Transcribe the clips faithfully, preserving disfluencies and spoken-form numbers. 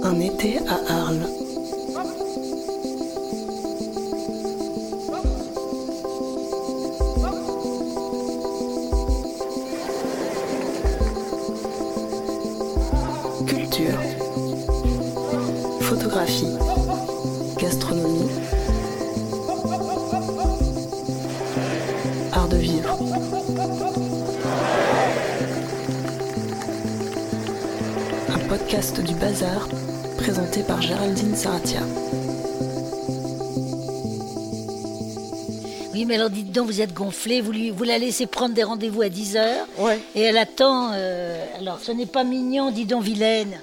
Un été à Arles. Culture, photographie, gastronomie, art de vivre. Un podcast du Bazar, présenté par Géraldine Saratia. Oui, mais alors dites donc, vous êtes gonflé, vous, lui, vous la laissez prendre des rendez-vous à dix heures, Ouais. et elle attend. Euh, alors, ce n'est pas mignon, dis donc, vilaine.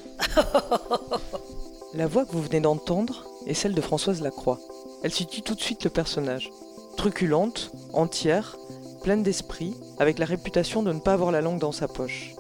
La voix que vous venez d'entendre est celle de Françoise Lacroix. Elle situe tout de suite le personnage. Truculente, entière, pleine d'esprit, avec la réputation de ne pas avoir la langue dans sa poche.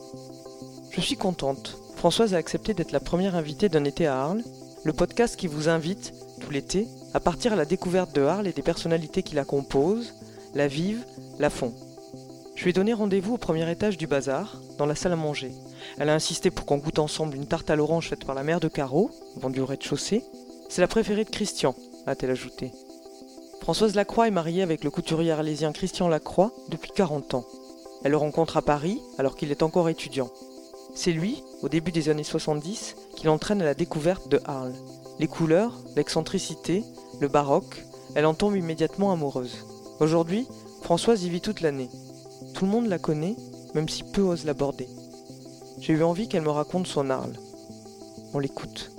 Je suis contente. Françoise a accepté d'être la première invitée d'un été à Arles, le podcast qui vous invite, tout l'été, à partir à la découverte de Arles et des personnalités qui la composent, la vivent, la font. Je lui ai donné rendez-vous au premier étage du Bazar, dans la salle à manger. Elle a insisté pour qu'on goûte ensemble une tarte à l'orange faite par la mère de Caro, vendue au rez-de-chaussée. C'est la préférée de Christian, a-t-elle ajouté. Françoise Lacroix est mariée avec le couturier arlésien Christian Lacroix depuis quarante ans. Elle le rencontre à Paris alors qu'il est encore étudiant. C'est lui, au début des années soixante-dix, qui l'entraîne à la découverte de Arles. Les couleurs, l'excentricité, le baroque, elle en tombe immédiatement amoureuse. Aujourd'hui, Françoise y vit toute l'année. Tout le monde la connaît, même si peu osent l'aborder. J'ai eu envie qu'elle me raconte son Arles. On l'écoute.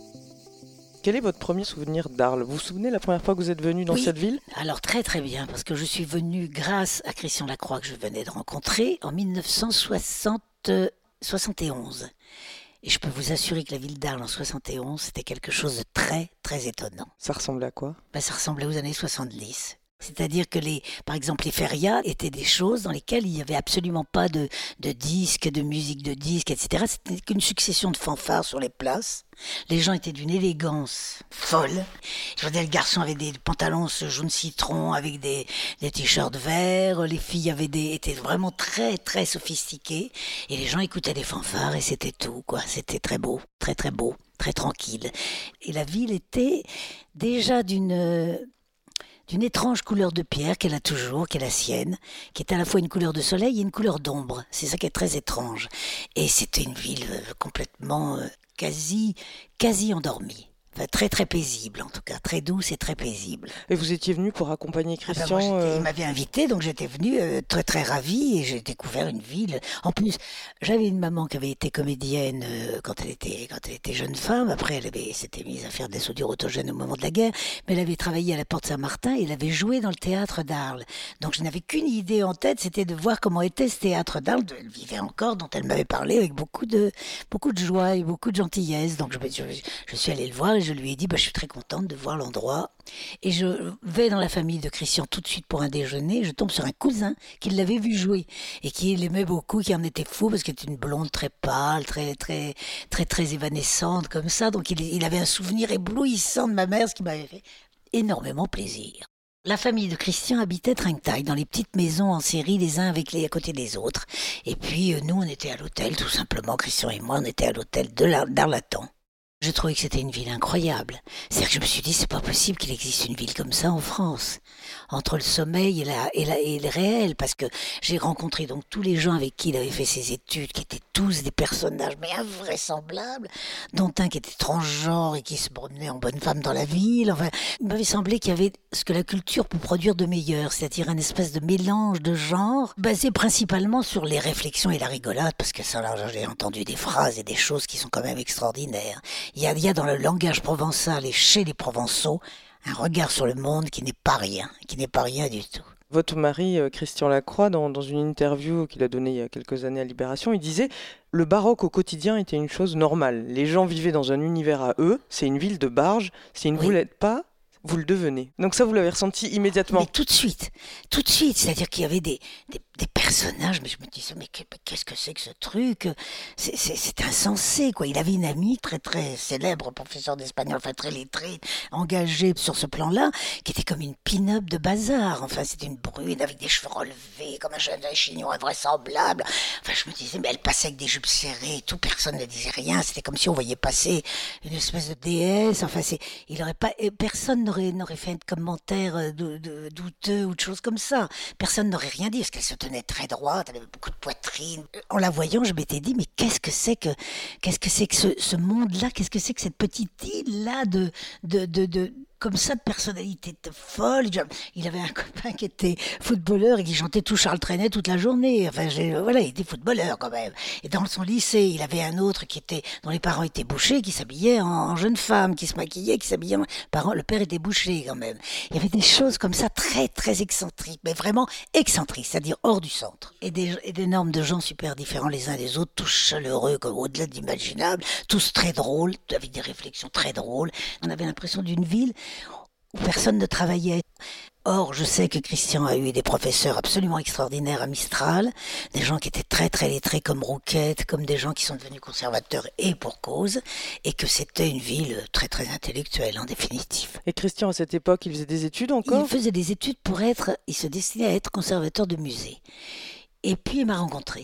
Quel est votre premier souvenir d'Arles ? Vous vous souvenez la première fois que vous êtes venu dans Oui. cette ville ? Alors, très très bien, parce que je suis venue grâce à Christian Lacroix, que je venais de rencontrer, en dix-neuf cent soixante, soixante et onze. Et je peux vous assurer que la ville d'Arles en soixante et onze, c'était quelque chose de très très étonnant. Ça ressemblait à quoi ? Ben, ça ressemblait aux années soixante-dix. C'est-à-dire que, les, par exemple, les férias étaient des choses dans lesquelles il n'y avait absolument pas de, de disques, de musique de disques, et cetera. C'était qu'une succession de fanfares sur les places. Les gens étaient d'une élégance folle. Je veux dire, les garçons avaient des pantalons jaune citron avec des, des t-shirts verts. Les filles avaient des, étaient vraiment très, très sophistiquées. Et les gens écoutaient des fanfares et c'était tout, quoi. C'était très beau, très, très beau, très tranquille. Et la ville était déjà d'une... d'une étrange couleur de pierre qu'elle a toujours, qui est la sienne, qui est à la fois une couleur de soleil et une couleur d'ombre. C'est ça qui est très étrange. Et c'était une ville complètement euh, quasi, quasi endormie. Enfin, très très paisible en tout cas, très douce et très paisible. Et vous étiez venu pour accompagner Ah ben Christian moi, j'étais- euh, Il m'avait invité, donc j'étais venue euh, très très ravie et j'ai découvert une ville. En plus, j'avais une maman qui avait été comédienne euh, quand elle était quand elle était jeune femme. Après, elle avait s'était mise à faire des soudures autogènes au moment de la guerre, mais elle avait travaillé à la Porte Saint-Martin et elle avait joué dans le théâtre d'Arles. Donc je n'avais qu'une idée en tête, c'était de voir comment était ce théâtre d'Arles. Elle vivait encore, dont elle m'avait parlé avec beaucoup de beaucoup de joie et beaucoup de gentillesse. Donc je, je, je suis allée le voir et je lui ai dit, bah, je suis très contente de voir l'endroit. Et je vais dans la famille de Christian tout de suite pour un déjeuner. Je tombe sur un cousin qui l'avait vu jouer et qui l'aimait beaucoup, qui en était fou parce qu'elle était une blonde très pâle, très très très très évanescente comme ça. Donc il, il avait un souvenir éblouissant de ma mère, ce qui m'avait fait énormément plaisir. La famille de Christian habitait Trinquetail, dans les petites maisons en série, les uns avec les à côté des autres. Et puis euh, nous, on était à l'hôtel, tout simplement. Christian et moi, on était à l'hôtel de la, d'Arlatan. Je trouvais que c'était une ville incroyable. C'est-à-dire que je me suis dit, c'est pas possible qu'il existe une ville comme ça en France. Entre le sommeil et, la, et, la, et le réel, parce que j'ai rencontré donc tous les gens avec qui il avait fait ses études, qui étaient tous des personnages, mais invraisemblables, dont un qui était transgenre et qui se promenait en bonne femme dans la ville. Enfin, il m'avait semblé qu'il y avait ce que la culture peut produire de meilleur, c'est-à-dire un espèce de mélange de genres, basé principalement sur les réflexions et la rigolade, parce que ça, là, j'ai entendu des phrases et des choses qui sont quand même extraordinaires. Il y a, il y a dans le langage provençal et chez les Provençaux un regard sur le monde qui n'est pas rien, qui n'est pas rien du tout. Votre mari, euh, Christian Lacroix, dans, dans une interview qu'il a donnée il y a quelques années à Libération, il disait « Le baroque au quotidien était une chose normale. Les gens vivaient dans un univers à eux, c'est une ville de barges, c'est une Oui. vous l'êtes pas ?» vous le devenez. Donc ça, vous l'avez ressenti immédiatement. Mais tout de suite, tout de suite. C'est-à-dire qu'il y avait des, des, des personnages, mais je me disais, mais qu'est-ce que c'est que ce truc? c'est, c'est, c'est insensé, quoi. Il avait une amie très, très célèbre, professeur d'espagnol, enfin très lettrée, engagée sur ce plan-là, qui était comme une pin-up de bazar. Enfin, c'était une brune avec des cheveux relevés, comme un jeune chignon invraisemblable. Enfin, je me disais, mais elle passait avec des jupes serrées et tout, personne ne disait rien. C'était comme si on voyait passer une espèce de déesse. Enfin, c'est, il aurait pas, personne n'aurait, n'aurait fait un commentaire de, de, douteux ou de choses comme ça. Personne n'aurait rien dit, parce qu'elle se tenait très droite, elle avait beaucoup de poitrine. En la voyant, je m'étais dit, mais qu'est-ce que c'est que, qu'est-ce que c'est que ce, ce monde-là? Qu'est-ce que c'est que cette petite île-là de, de, de, de, comme ça, de personnalité de folle? Il avait un copain qui était footballeur et qui chantait tout Charles Trenet toute la journée. Enfin, j'ai, voilà, il était footballeur quand même. Et dans son lycée, il avait un autre qui était, dont les parents étaient bouchers, qui s'habillait en, en jeune femme, qui se maquillait, qui s'habillait en... Parents, le père était boucher quand même. Il y avait des choses comme ça très, très excentriques, mais vraiment excentriques, c'est-à-dire hors du centre. Et des, et des normes de gens super différents les uns des autres, tous chaleureux, comme au-delà de l'imaginable, tous très drôles, avec des réflexions très drôles. On avait l'impression d'une ville où personne ne travaillait. Or, je sais que Christian a eu des professeurs absolument extraordinaires à Mistral, des gens qui étaient très très lettrés comme Rouquette, comme des gens qui sont devenus conservateurs et pour cause, et que c'était une ville très très intellectuelle en définitive. Et Christian, à cette époque, il faisait des études encore ? Il faisait des études pour être, il se destinait à être conservateur de musée. Et puis il m'a rencontré.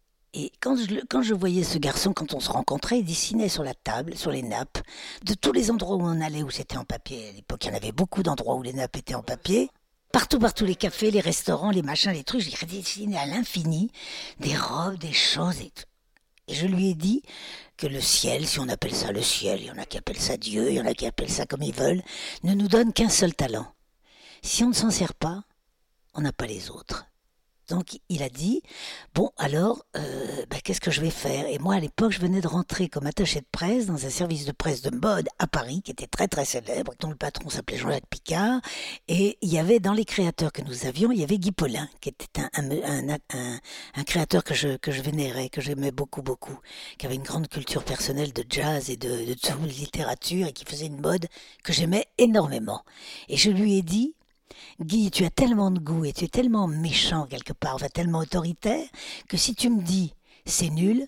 Et quand je, quand je voyais ce garçon, quand on se rencontrait, il dessinait sur la table, sur les nappes, de tous les endroits où on allait, où c'était en papier. À l'époque, il y en avait beaucoup d'endroits où les nappes étaient en papier. Partout, partout, les cafés, les restaurants, les machins, les trucs, j'ai dessiné à l'infini des robes, des choses et tout. Et je lui ai dit que le ciel, si on appelle ça le ciel, il y en a qui appellent ça Dieu, il y en a qui appellent ça comme ils veulent, ne nous donne qu'un seul talent. Si on ne s'en sert pas, on n'a pas les autres. Donc il a dit, bon alors, euh, bah, qu'est-ce que je vais faire? Et moi à l'époque, je venais de rentrer comme attaché de presse dans un service de presse de mode à Paris, qui était très très célèbre, dont le patron s'appelait Jean-Jacques Picard. Et il y avait, dans les créateurs que nous avions, il y avait Guy Paulin, qui était un, un, un, un, un créateur que je, que je vénérais, que j'aimais beaucoup beaucoup, qui avait une grande culture personnelle de jazz et de, de, de littérature, et qui faisait une mode que j'aimais énormément. Et je lui ai dit, Guy, tu as tellement de goût et tu es tellement méchant quelque part, enfin tellement autoritaire, que si tu me dis c'est nul,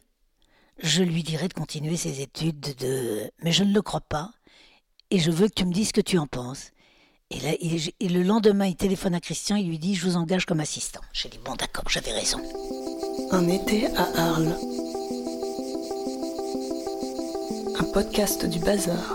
je lui dirai de continuer ses études de... Mais je ne le crois pas et je veux que tu me dises ce que tu en penses. Et, là, il, et le lendemain, il téléphone à Christian, il lui dit je vous engage comme assistant. J'ai dit bon d'accord, j'avais raison. Un été à Arles. Un podcast du Bazar.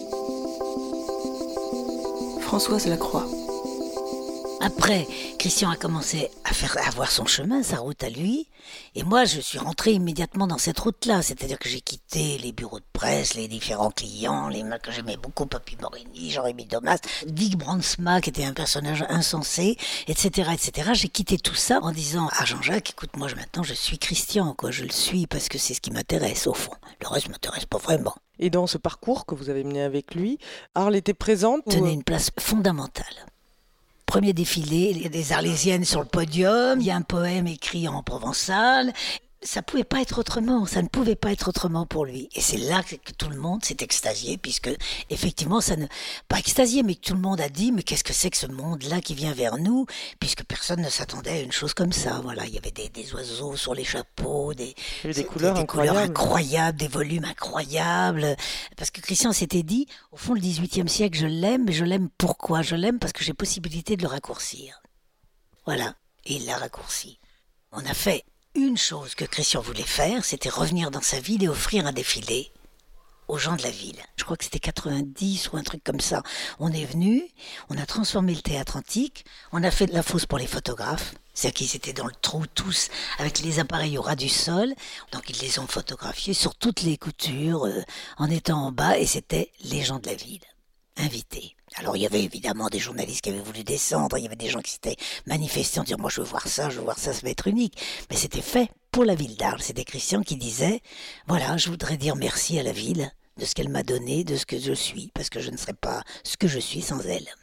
Françoise Lacroix. Après, Christian a commencé à faire à avoir son chemin, sa route à lui, et moi je suis rentré immédiatement dans cette route-là, c'est-à-dire que j'ai quitté les bureaux de presse, les différents clients, les mecs que j'aimais beaucoup, Papy Morini, Jean-Rémy Domas, Dick Brandsma qui était un personnage insensé, et cetera, et cetera. J'ai quitté tout ça en disant à Jean-Jacques, écoute, moi maintenant je suis Christian, quoi, je le suis parce que c'est ce qui m'intéresse au fond. Le reste m'intéresse pas vraiment. Et dans ce parcours que vous avez mené avec lui, Arles était présente ou... tenait une place fondamentale. Premier défilé, il y a des Arlésiennes sur le podium, il y a un poème écrit en provençal. Ça pouvait pas être autrement, ça ne pouvait pas être autrement pour lui. Et c'est là que, que tout le monde s'est extasié, puisque effectivement, ça ne, pas extasié, mais que tout le monde a dit, mais qu'est-ce que c'est que ce monde-là qui vient vers nous, puisque personne ne s'attendait à une chose comme ça. Voilà, il y avait des, des oiseaux sur les chapeaux, des, il y avait des, couleurs, des, des incroyables. couleurs incroyables, des volumes incroyables. Parce que Christian s'était dit, au fond, le dix-huitième siècle, je l'aime, mais je l'aime pourquoi? Je l'aime parce que j'ai possibilité de le raccourcir. Voilà, et il l'a raccourci. On a fait une chose que Christian voulait faire, c'était revenir dans sa ville et offrir un défilé aux gens de la ville. Je crois que c'était quatre-vingt-dix ou un truc comme ça. On est venu, on a transformé le théâtre antique, on a fait de la fosse pour les photographes, c'est-à-dire qu'ils étaient dans le trou tous avec les appareils au ras du sol, donc ils les ont photographiés sur toutes les coutures euh, en étant en bas, et c'était les gens de la ville, invités. Alors il y avait évidemment des journalistes qui avaient voulu descendre, il y avait des gens qui s'étaient manifestés en disant moi je veux voir ça, je veux voir ça, ça va être unique. Mais c'était fait pour la ville d'Arles. C'était Christian qui disait voilà, je voudrais dire merci à la ville de ce qu'elle m'a donné, de ce que je suis, parce que je ne serais pas ce que je suis sans elle.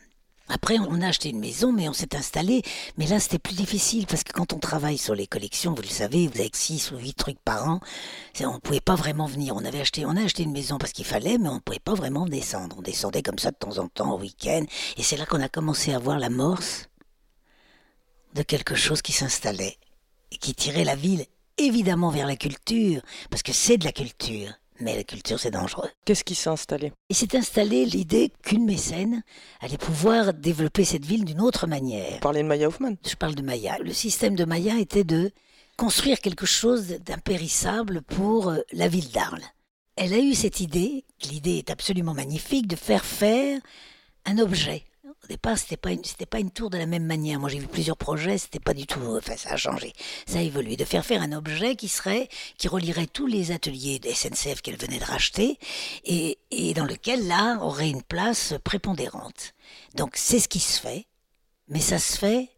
Après, on a acheté une maison, mais on s'est installé. Mais là, c'était plus difficile parce que quand on travaille sur les collections, vous le savez, vous avez six ou huit trucs par an. On ne pouvait pas vraiment venir. On avait acheté, on a acheté une maison parce qu'il fallait, mais on ne pouvait pas vraiment descendre. On descendait comme ça de temps en temps au week-end. Et c'est là qu'on a commencé à voir l'amorce de quelque chose qui s'installait et qui tirait la ville évidemment vers la culture, parce que c'est de la culture. Mais la culture, c'est dangereux. Qu'est-ce qui s'est installé ? Il s'est installé l'idée qu'une mécène allait pouvoir développer cette ville d'une autre manière. Vous parlez de Maya Hoffman ? Je parle de Maya. Le système de Maya était de construire quelque chose d'impérissable pour la ville d'Arles. Elle a eu cette idée, l'idée est absolument magnifique, de faire faire un objet. Au départ, c'était pas une, c'était pas une tour de la même manière. Moi, j'ai vu plusieurs projets, c'était pas du tout, enfin, ça a changé. Ça a évolué. De faire faire un objet qui serait, qui relierait tous les ateliers de S N C F qu'elle venait de racheter et, et dans lequel, là, aurait une place prépondérante. Donc, c'est ce qui se fait, mais ça se fait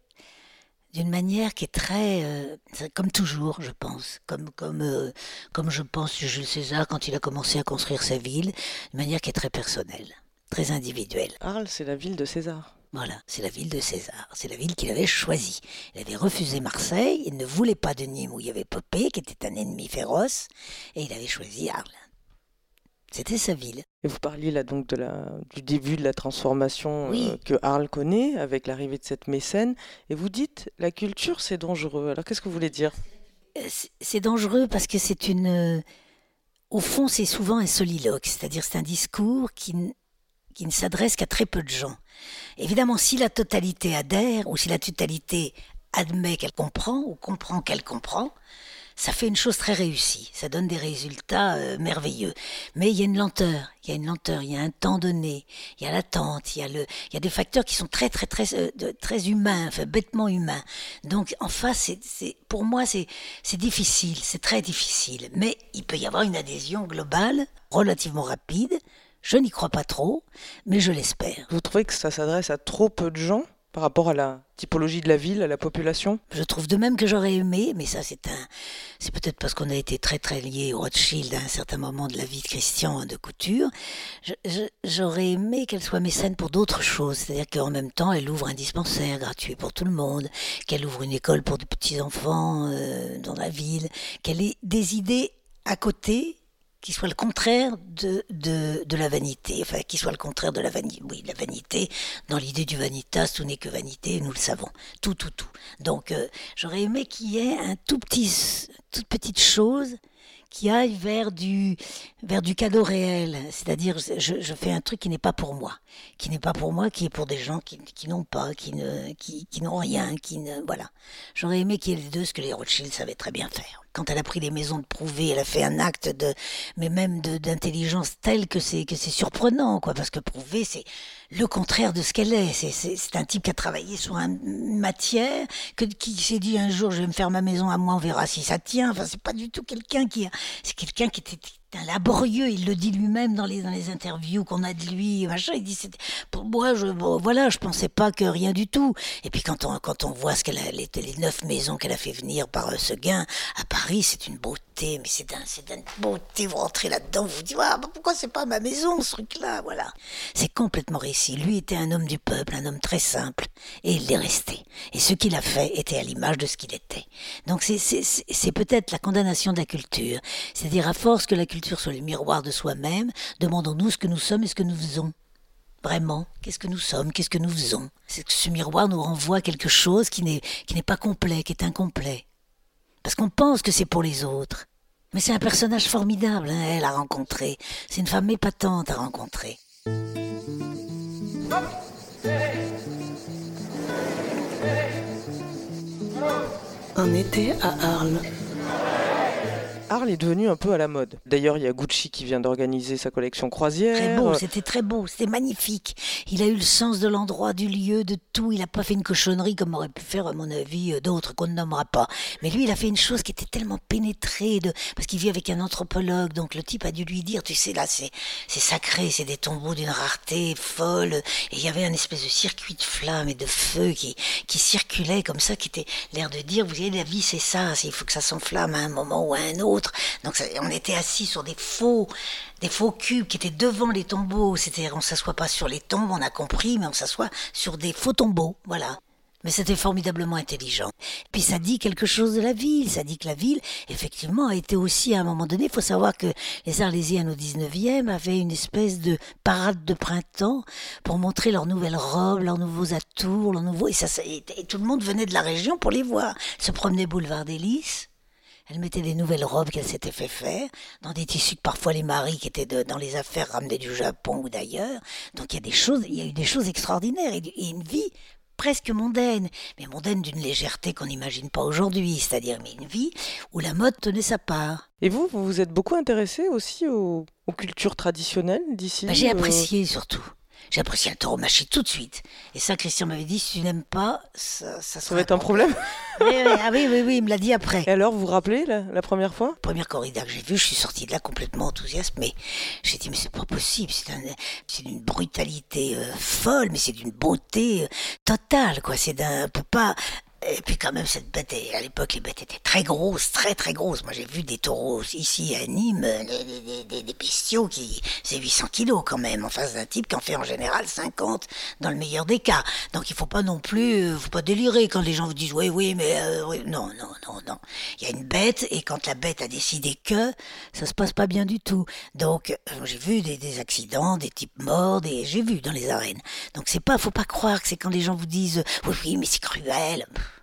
d'une manière qui est très, euh, comme toujours, je pense, comme, comme, euh, comme je pense Jules César quand il a commencé à construire sa ville, d'une manière qui est très personnelle. Très individuel. Arles, c'est la ville de César. Voilà, c'est la ville de César. C'est la ville qu'il avait choisie. Il avait refusé Marseille, il ne voulait pas de Nîmes où il y avait Popée, qui était un ennemi féroce, et il avait choisi Arles. C'était sa ville. Et vous parliez là donc de la, du début de la transformation oui. euh, que Arles connaît avec l'arrivée de cette mécène. Et vous dites, la culture, c'est dangereux. Alors qu'est-ce que vous voulez dire ? c'est, c'est dangereux parce que c'est une... Au fond, c'est souvent un soliloque, c'est-à-dire c'est un discours qui... qui ne s'adresse qu'à très peu de gens. Évidemment, si la totalité adhère, ou si la totalité admet qu'elle comprend, ou comprend qu'elle comprend, ça fait une chose très réussie, ça donne des résultats euh, merveilleux. Mais il y a une lenteur, il y a une lenteur, il y a un temps donné, il y a l'attente, il y a, le, il y a des facteurs qui sont très très très euh, de, très humains, enfin bêtement humains. Donc en face, c'est, c'est, pour moi, c'est, c'est difficile, c'est très difficile. Mais il peut y avoir une adhésion globale, relativement rapide. Je n'y crois pas trop, mais je l'espère. Vous trouvez que ça s'adresse à trop peu de gens par rapport à la typologie de la ville, à la population ? Je trouve de même que j'aurais aimé, mais ça c'est un, c'est peut-être parce qu'on a été très très liés au Rothschild à un certain moment de la vie de Christian de Couture. Je, je, j'aurais aimé qu'elle soit mécène pour d'autres choses, c'est-à-dire qu'en même temps elle ouvre un dispensaire gratuit pour tout le monde, qu'elle ouvre une école pour de petits enfants euh, dans la ville, qu'elle ait des idées à côté qui soit le contraire de, de, de la vanité, enfin, qui soit le contraire de la vanité. Oui, la vanité, dans l'idée du vanitas, tout n'est que vanité, nous le savons. Tout, tout, tout. Donc, euh, j'aurais aimé qu'il y ait un tout petit, toute petite chose qui aille vers du, vers du cadeau réel. C'est-à-dire, je, je fais un truc qui n'est pas pour moi. Qui n'est pas pour moi, qui est pour des gens qui, qui n'ont pas, qui ne, qui, qui n'ont rien, qui ne, voilà. J'aurais aimé qu'il y ait les deux, ce que les Rothschild savaient très bien faire. Quand elle a pris les maisons de Prouvé, elle a fait un acte de, mais même de, d'intelligence tel que c'est, que c'est surprenant, quoi, parce que Prouvé, c'est le contraire de ce qu'elle est. C'est, c'est, c'est un type qui a travaillé sur une matière, que, qui s'est dit un jour, je vais me faire ma maison à moi, on verra si ça tient. Enfin, c'est pas du tout quelqu'un qui a, c'est quelqu'un qui était un laborieux, il le dit lui-même dans les, dans les interviews qu'on a de lui, machin, il dit, c'est, pour moi, je, bon, voilà, je pensais pas que rien du tout. Et puis quand on, quand on voit ce qu'elle a, les, les neuf maisons qu'elle a fait venir par euh, Seguin à Paris, c'est une beauté, mais c'est un, c'est une beauté, vous rentrez là-dedans, vous vous dites, ah, bah, pourquoi c'est pas ma maison, ce truc-là, voilà. C'est complètement réussi. Lui était un homme du peuple, un homme très simple, et il l'est resté. Et ce qu'il a fait était à l'image de ce qu'il était. Donc c'est, c'est, c'est, c'est peut-être la condamnation de la culture. C'est-à-dire, à force que la culture soit le miroir de soi-même, demandons-nous ce que nous sommes et ce que nous faisons. Vraiment, qu'est-ce que nous sommes, qu'est-ce que nous faisons ? C'est que ce miroir nous renvoie quelque chose qui n'est, qui n'est pas complet, qui est incomplet. Parce qu'on pense que c'est pour les autres. Mais c'est un personnage formidable, hein, elle a rencontré. C'est une femme épatante à rencontrer. Un été à Arles. Arles est devenu un peu à la mode. D'ailleurs, il y a Gucci qui vient d'organiser sa collection croisière. Très beau, c'était très beau, c'était magnifique. Il a eu le sens de l'endroit, du lieu, de tout. Il n'a pas fait une cochonnerie comme aurait pu faire, à mon avis, d'autres qu'on ne nommera pas. Mais lui, il a fait une chose qui était tellement pénétrée, de... parce qu'il vit avec un anthropologue. Donc le type a dû lui dire, tu sais, là, c'est, c'est sacré, c'est des tombeaux d'une rareté folle. Et il y avait un espèce de circuit de flammes et de feu qui, qui circulait comme ça, qui était l'air de dire, vous voyez, la vie, c'est ça. Il faut que ça s'enflamme à un moment ou à un autre. autre. Donc ça, on était assis sur des faux, des faux cubes qui étaient devant les tombeaux. C'est-à-dire on s'assoit pas sur les tombes, on a compris, mais on s'assoit sur des faux tombeaux, voilà. Mais c'était formidablement intelligent. Puis ça dit quelque chose de la ville. Ça dit que la ville, effectivement, a été aussi, à un moment donné, il faut savoir que les Arlésiennes au dix-neuvième avaient une espèce de parade de printemps pour montrer leurs nouvelles robes, leurs nouveaux atours, leurs nouveaux... Et, ça, ça, et, et tout le monde venait de la région pour les voir. Se promener boulevard des Lys. Elle mettait des nouvelles robes qu'elle s'était fait faire, dans des tissus que parfois les maris qui étaient de, dans les affaires ramenaient du Japon ou d'ailleurs. Donc il y a des choses, il y a eu des choses extraordinaires et, et une vie presque mondaine, mais mondaine d'une légèreté qu'on n'imagine pas aujourd'hui, c'est-à-dire mais une vie où la mode tenait sa part. Et vous, vous vous êtes beaucoup intéressé aussi aux, aux cultures traditionnelles d'ici Bah, j'ai euh... apprécié surtout. J'ai apprécié le tauromachie tout de suite. Et ça, Christian m'avait dit, si tu n'aimes pas, ça, ça, ça va être un problème. oui, oui, ah oui, oui, oui, il me l'a dit après. Et alors, vous vous rappelez la, la première fois ? Première corrida que j'ai vue, je suis sortie de là complètement enthousiaste, mais j'ai dit, mais c'est pas possible, c'est, un, c'est d'une brutalité euh, folle, mais c'est d'une beauté euh, totale, quoi. C'est d'un, on peut pas... Et puis quand même, cette bête, à l'époque, les bêtes étaient très grosses, très très grosses. Moi, j'ai vu des taureaux ici à Nîmes, des, des, des, des bestiaux qui... C'est huit cents kilos quand même, en face d'un type qui en fait en général cinquante, dans le meilleur des cas. Donc il faut pas non plus... faut pas délirer quand les gens vous disent « Oui, oui, mais... Euh, oui. » Non, non, non, non. Il y a une bête, et quand la bête a décidé que, ça se passe pas bien du tout. Donc, euh, j'ai vu des, des accidents, des types morts, des... j'ai vu dans les arènes. Donc c'est pas... faut pas croire que c'est quand les gens vous disent « Oui, oui, mais c'est cruel. »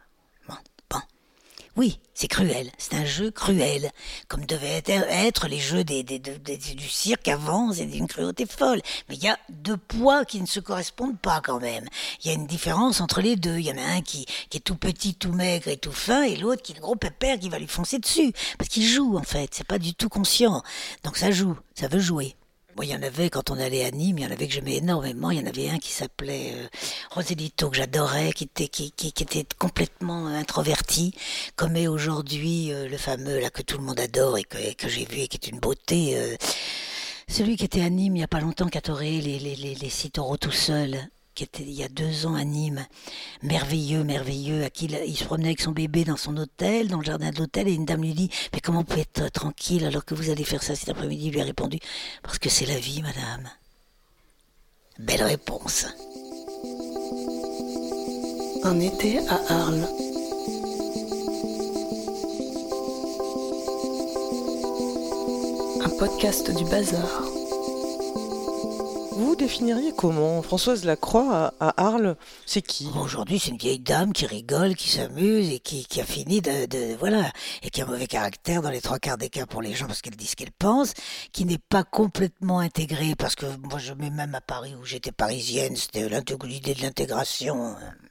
Oui, c'est cruel, c'est un jeu cruel, comme devaient être les jeux des, des, des, des, du cirque avant, c'est d'une cruauté folle. Mais il y a deux poids qui ne se correspondent pas quand même. Il y a une différence entre les deux. Il y en a un qui, qui est tout petit, tout maigre et tout fin, et l'autre qui est le gros pépère qui va lui foncer dessus. Parce qu'il joue en fait, c'est pas du tout conscient. Donc ça joue, ça veut jouer. Bon, il y en avait, quand on allait à Nîmes, il y en avait que j'aimais énormément. Il y en avait un qui s'appelait euh, Roselito, que j'adorais, qui était, qui, qui, qui était complètement introverti, comme est aujourd'hui euh, le fameux, là, que tout le monde adore et que, et que j'ai vu et qui est une beauté. Euh, celui qui était à Nîmes il n'y a pas longtemps, qui a toré les, les, les, les six taureaux tout seul, qui était il y a deux ans à Nîmes, merveilleux, merveilleux, à qui il, il se promenait avec son bébé dans son hôtel, dans le jardin de l'hôtel, et une dame lui dit « Mais comment vous pouvez être tranquille alors que vous allez faire ça cet après-midi ?» Il lui a répondu « Parce que c'est la vie, madame. » Belle réponse. Un été à Arles. Un podcast du Bazar. Vous définiriez comment Françoise Lacroix à, à Arles, c'est qui ? Aujourd'hui, c'est une vieille dame qui rigole, qui s'amuse et qui, qui a fini de, de... Voilà, et qui a un mauvais caractère dans les trois quarts des cas pour les gens parce qu'elle dit ce qu'elle pense, qui n'est pas complètement intégrée, parce que moi je mets même à Paris où j'étais parisienne, c'était l'idée de l'intégration...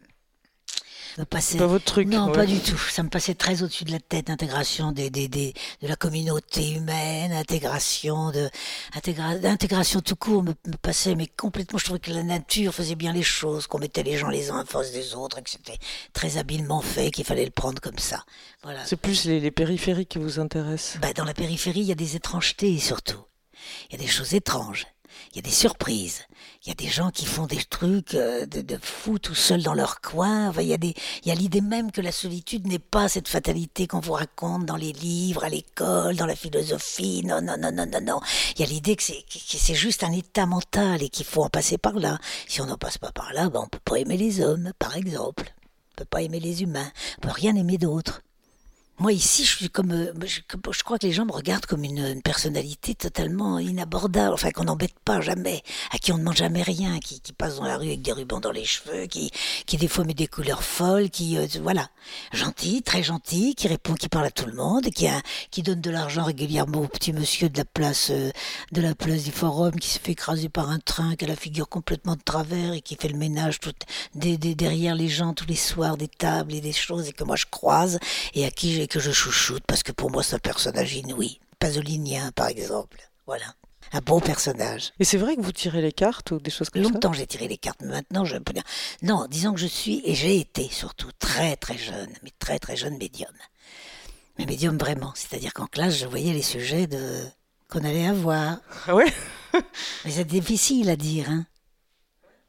Me passait... C'est pas votre truc. Non, ouais. Pas du tout. Ça me passait très au-dessus de la tête. Intégration des, des, des, de la communauté humaine, intégration de, intégra... intégration tout court me, me passait, mais complètement. Je trouvais que la nature faisait bien les choses, qu'on mettait les gens les uns en face des autres, et que c'était très habilement fait, qu'il fallait le prendre comme ça. Voilà. C'est plus les, les périphériques qui vous intéressent. Bah, dans la périphérie, il y a des étrangetés surtout. Il y a des choses étranges. Il y a des surprises. Il y a des gens qui font des trucs euh, de, de fous tout seuls dans leur coin. Enfin, il y a des, il y a l'idée même que la solitude n'est pas cette fatalité qu'on vous raconte dans les livres, à l'école, dans la philosophie. Non, non, non, non, non, non. Il y a l'idée que c'est, que c'est juste un état mental et qu'il faut en passer par là. Si on n'en passe pas par là, ben on peut pas aimer les hommes, par exemple. On peut pas aimer les humains. On peut rien aimer d'autre. Moi, ici, je suis comme, euh, je, je crois que les gens me regardent comme une, une personnalité totalement inabordable, enfin, qu'on n'embête pas jamais, à qui on ne demande jamais rien, qui, qui passe dans la rue avec des rubans dans les cheveux, qui, qui des fois met des couleurs folles, qui, euh, voilà, gentil, très gentil, qui répond, qui parle à tout le monde, qui a, qui donne de l'argent régulièrement au petit monsieur de la place, euh, de la place du Forum, qui se fait écraser par un train, qui a la figure complètement de travers et qui fait le ménage tout, des, des, derrière les gens tous les soirs, des tables et des choses, et que moi je croise, et à qui j'ai que je chouchoute, parce que pour moi c'est un personnage inouï. Pasolinien, par exemple. Voilà. Un beau personnage. Et c'est vrai que vous tirez les cartes ou des choses comme Longtemps, ça ? Longtemps j'ai tiré les cartes, mais maintenant je peux dire... Non, disons que je suis, et j'ai été surtout très très jeune, mais très très jeune médium. Mais médium vraiment, c'est-à-dire qu'en classe je voyais les sujets de... qu'on allait avoir. Ah ouais ? Mais c'est difficile à dire, hein.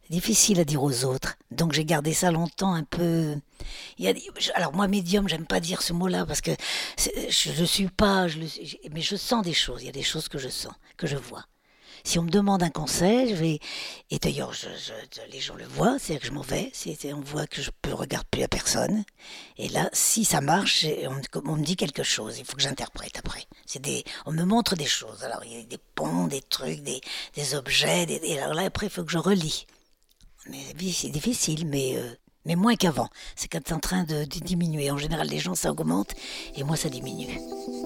difficile à dire aux autres. Donc j'ai gardé ça longtemps un peu... Il y a... Alors moi, médium, j'aime pas dire ce mot-là parce que c'est... je ne suis pas... Je le... Mais je sens des choses, il y a des choses que je sens, que je vois. Si on me demande un conseil, je vais... Et d'ailleurs, je, je, les gens le voient, c'est-à-dire que je m'en vais, c'est, on voit que je ne regarde plus à personne. Et là, si ça marche, on, on me dit quelque chose, il faut que j'interprète après. C'est des, on me montre des choses. Alors, il y a des ponts, des trucs, des, des objets, des, et alors là, après, il faut que je relis. Mais c'est difficile, mais, euh, mais moins qu'avant. C'est quand c'est en train de, de diminuer. En général, les gens, ça augmente, et moi, ça diminue.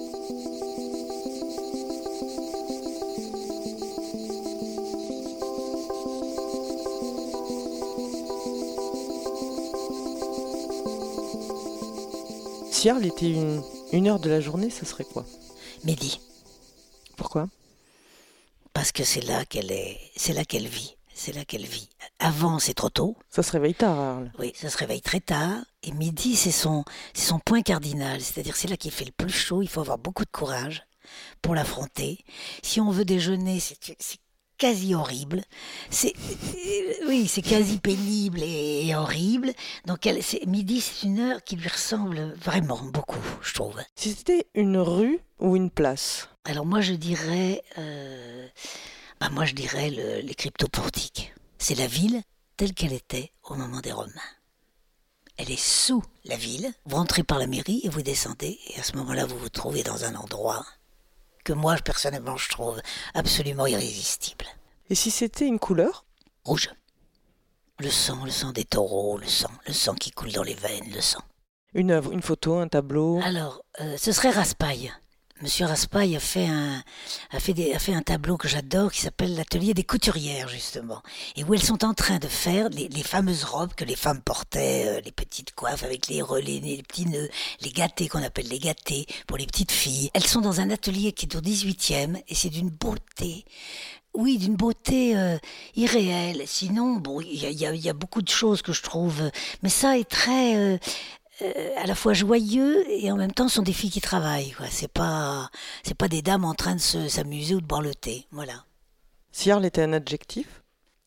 Si Arles était une, une heure de la journée, ça serait quoi? Midi. Pourquoi? Parce que c'est là qu'elle est, c'est là qu'elle vit, c'est là qu'elle vit. Avant, c'est trop tôt. Ça se réveille tard, Arles. Oui, ça se réveille très tard. Et midi, c'est son, c'est son point cardinal. C'est-à-dire, c'est là qu'il fait le plus chaud. Il faut avoir beaucoup de courage pour l'affronter. Si on veut déjeuner, c'est, c'est quasi horrible. C'est, oui, c'est quasi pénible et, et horrible. Donc, elle, c'est, midi, c'est une heure qui lui ressemble vraiment beaucoup, je trouve. Si c'était une rue ou une place? Alors moi, je dirais, euh, bah moi, je dirais le, les cryptoportiques. C'est la ville telle qu'elle était au moment des Romains. Elle est sous la ville. Vous rentrez par la mairie et vous descendez. Et à ce moment-là, vous vous trouvez dans un endroit que moi, personnellement, je trouve absolument irrésistible. Et si c'était une couleur? Rouge. Le sang, le sang des taureaux, le sang, le sang qui coule dans les veines, le sang. Une œuvre, une photo, un tableau? Alors, euh, ce serait Raspail. Monsieur Raspail a fait un, a fait des, a fait un tableau que j'adore qui s'appelle l'atelier des couturières, justement. Et où elles sont en train de faire les, les fameuses robes que les femmes portaient, euh, les petites coiffes avec les relais, les petits nœuds, les gâtés qu'on appelle les gâtés pour les petites filles. Elles sont dans un atelier qui est au dix-huitième et c'est d'une beauté. Oui, d'une beauté euh, irréelle. Sinon, bon, il y a, y, a, y a beaucoup de choses que je trouve, mais ça est très... Euh, Euh, à la fois joyeux et en même temps ce sont des filles qui travaillent, quoi. C'est pas, c'est pas des dames en train de se, s'amuser ou de boire le thé, voilà. Si Arles était un adjectif?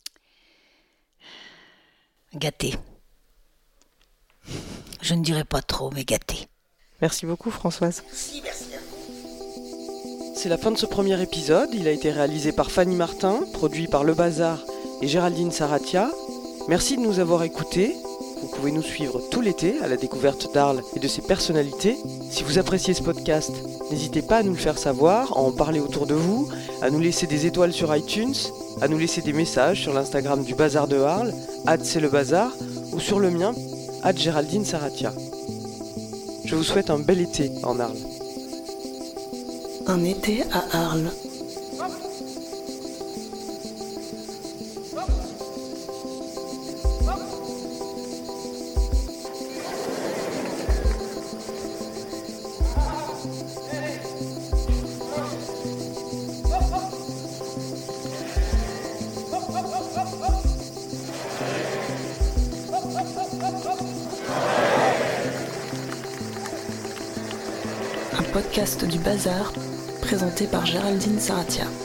Gâté. Je ne dirais pas trop, mais gâté. Merci beaucoup Françoise. Merci, merci. C'est la fin de ce premier épisode. Il a été réalisé par Fanny Martin, produit par Le Bazar et Géraldine Saratia. Merci de nous avoir écoutés. Vous pouvez nous suivre tout l'été à la découverte d'Arles et de ses personnalités. Si vous appréciez ce podcast, n'hésitez pas à nous le faire savoir, à en parler autour de vous, à nous laisser des étoiles sur iTunes, à nous laisser des messages sur l'Instagram du Bazar de Arles, arobase c'est le bazar, ou sur le mien, arobase Géraldine Saratia. Je vous souhaite un bel été en Arles. Un été à Arles. Un podcast du Bazar, présenté par Géraldine Saratia.